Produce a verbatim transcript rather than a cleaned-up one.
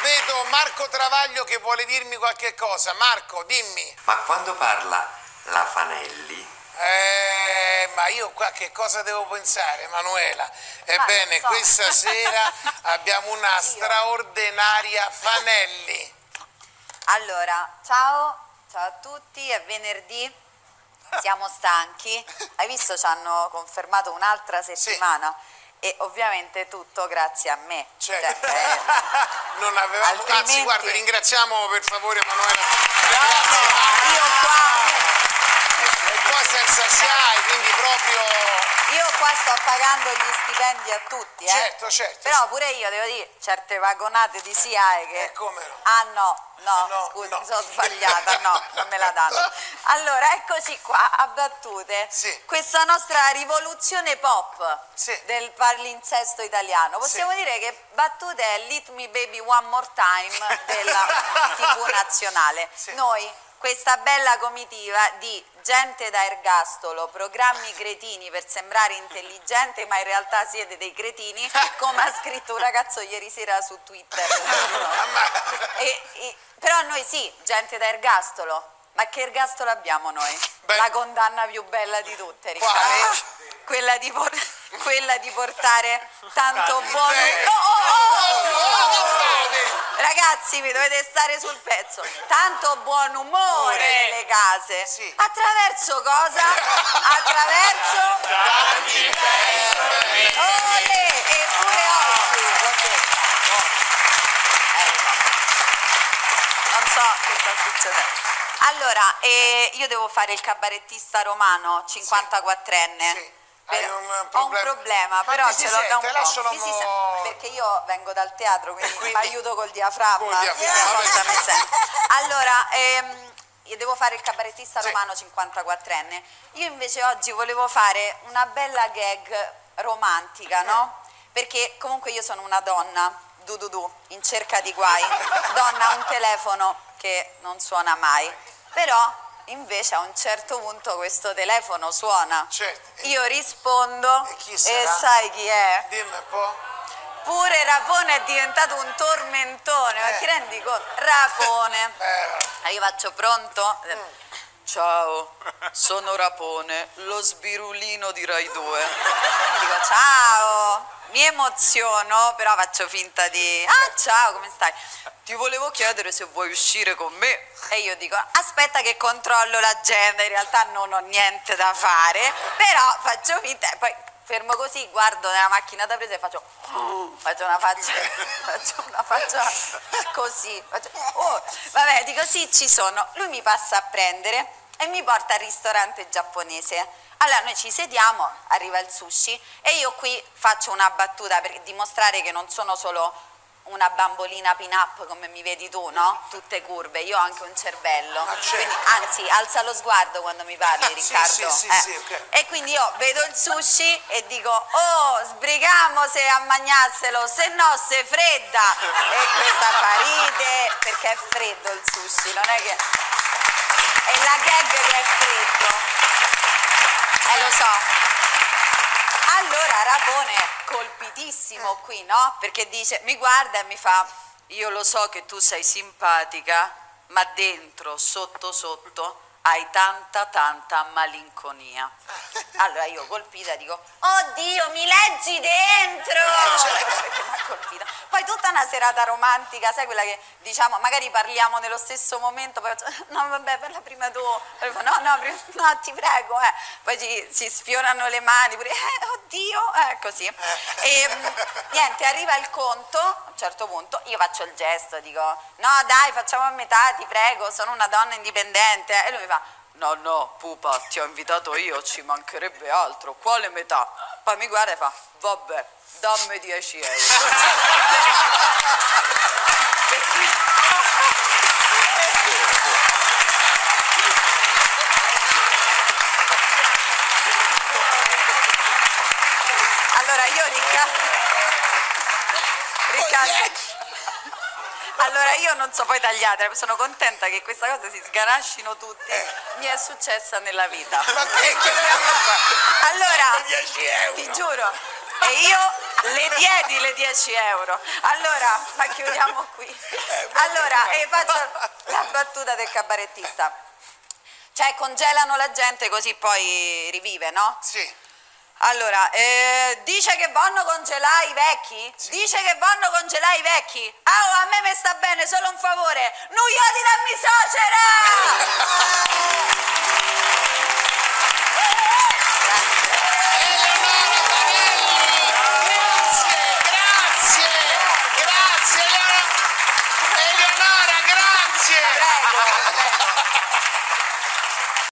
vedo Marco Travaglio che vuole dirmi qualche cosa. Marco, dimmi. Ma quando parla la Fanelli? Eh, ma io qua che cosa devo pensare, Emanuela? Ebbene, so. Questa sera abbiamo una straordinaria Fanelli. Allora, ciao, ciao a tutti, è venerdì, siamo stanchi. Hai visto, ci hanno confermato un'altra settimana. Sì. E ovviamente tutto grazie a me. Certo. Cioè, eh, non avevamo... altrimenti... Anzi, guarda, ringraziamo per favore Emanuela. No, grazie. Io qua... E qua senza S I A E, quindi proprio... Io qua sto pagando gli stipendi a tutti, eh. Certo, certo. Però certo. pure io devo dire certe vagonate di S I A E che... Eh, come no? Ah no, no, no scusi, no. mi sono sbagliata, no, non me la danno. Allora, eccoci qua, a battute. Sì. Questa nostra rivoluzione pop sì. del palinsesto italiano. Possiamo sì. dire che battute è l'Hit Me Baby One More Time della tivù nazionale. Sì. Noi... Questa bella comitiva di gente da ergastolo, programmi cretini per sembrare intelligente ma in realtà siete dei cretini, come ha scritto un ragazzo ieri sera su Twitter. e, e, però noi sì, gente da ergastolo, ma che ergastolo abbiamo noi? Beh. La condanna più bella di tutte, Riccardo. Quella di, por quella di portare tanto buono... Oh, oh, oh! Ragazzi, vi dovete stare sul pezzo. Tanto buon umore nelle case. Sì. Attraverso cosa? Attraverso... Tanti feste. Olè! E pure oggi. Non so che sta succedendo. Allora, eh, io devo fare il cabarettista romano, cinquantaquattrenne. Sì. Hai un problema. Ho un problema, ma però ce l'ho da un po'. Mi si mo... Perché io vengo dal teatro, quindi, quindi... mi aiuto col diaframma. Col diaframma. Allora, ehm, io devo fare il cabarettista sì. romano cinquantaquattrenne. Io invece oggi volevo fare una bella gag romantica, no? Mm. Perché comunque io sono una donna, du du du, in cerca di guai. Donna ha un telefono che non suona mai. Però... Invece a un certo punto questo telefono suona, certo. Io rispondo e, e sai chi è? Dimmi un po'. Pure Rapone è diventato un tormentone, eh. ma ti rendi conto? Rapone. Eh. Io faccio pronto? Mm. Ciao, sono Rapone, lo sbirulino di Rai due. Dico ciao, mi emoziono, però faccio finta di... Ah, ciao, come stai? Ti volevo chiedere se vuoi uscire con me. E io dico, aspetta che controllo l'agenda, in realtà non ho niente da fare, però faccio finta, poi fermo così, guardo nella macchina da presa e faccio, faccio una faccia, faccio una faccia così, faccio, oh, vabbè, dico sì, ci sono. Lui mi passa a prendere e mi porta al ristorante giapponese. Allora noi ci sediamo, arriva il sushi e io qui faccio una battuta per dimostrare che non sono solo una bambolina pin-up come mi vedi tu, no? Tutte curve, io ho anche un cervello. Quindi, anzi, alza lo sguardo quando mi parli, Riccardo. Sì, sì, eh. sì, okay. E quindi io vedo il sushi e dico, oh, sbrigamo se a magnarselo, se no se fredda. E questa fa ride, perché è freddo il sushi, non è che... È la gag che è freddo. Eh, lo so. Allora Rapone colpitissimo qui, no? Perché dice, mi guarda e mi fa, io lo so che tu sei simpatica, ma dentro, sotto sotto, hai tanta tanta malinconia. Allora io colpita dico, oddio, mi leggi dentro! Perché mi ha colpita. Poi tutta una serata romantica, sai quella che diciamo, magari parliamo nello stesso momento, poi faccio, no vabbè, parla prima tu, poi fa, no, no, prima, no, ti prego, eh. Poi ci, si sfiorano le mani, pure, eh, oddio, eh, così. E niente, arriva il conto, a un certo punto, io faccio il gesto, dico, no dai, facciamo a metà, ti prego, sono una donna indipendente, e lui mi fa, no, no, pupa, ti ho invitato io, ci mancherebbe altro, quale metà? Poi mi guarda e fa, vabbè, dammi dieci euro. Allora io, Riccardo, Riccardo, allora io non so, poi tagliate, sono contenta che questa cosa si sganascino tutti, eh. mi è successa nella vita. Ma che, che allora, ti giuro, e io le diedi le dieci euro. Allora, ma chiudiamo qui. Allora, e faccio la battuta del cabarettista. Cioè, congelano la gente così poi rivive, no? Sì. Allora, eh, dice che vanno congelare i vecchi? Sì. Dice che vanno congelare i vecchi? Ah, oh, a me mi sta bene, solo un favore. Non io di dammi suocera!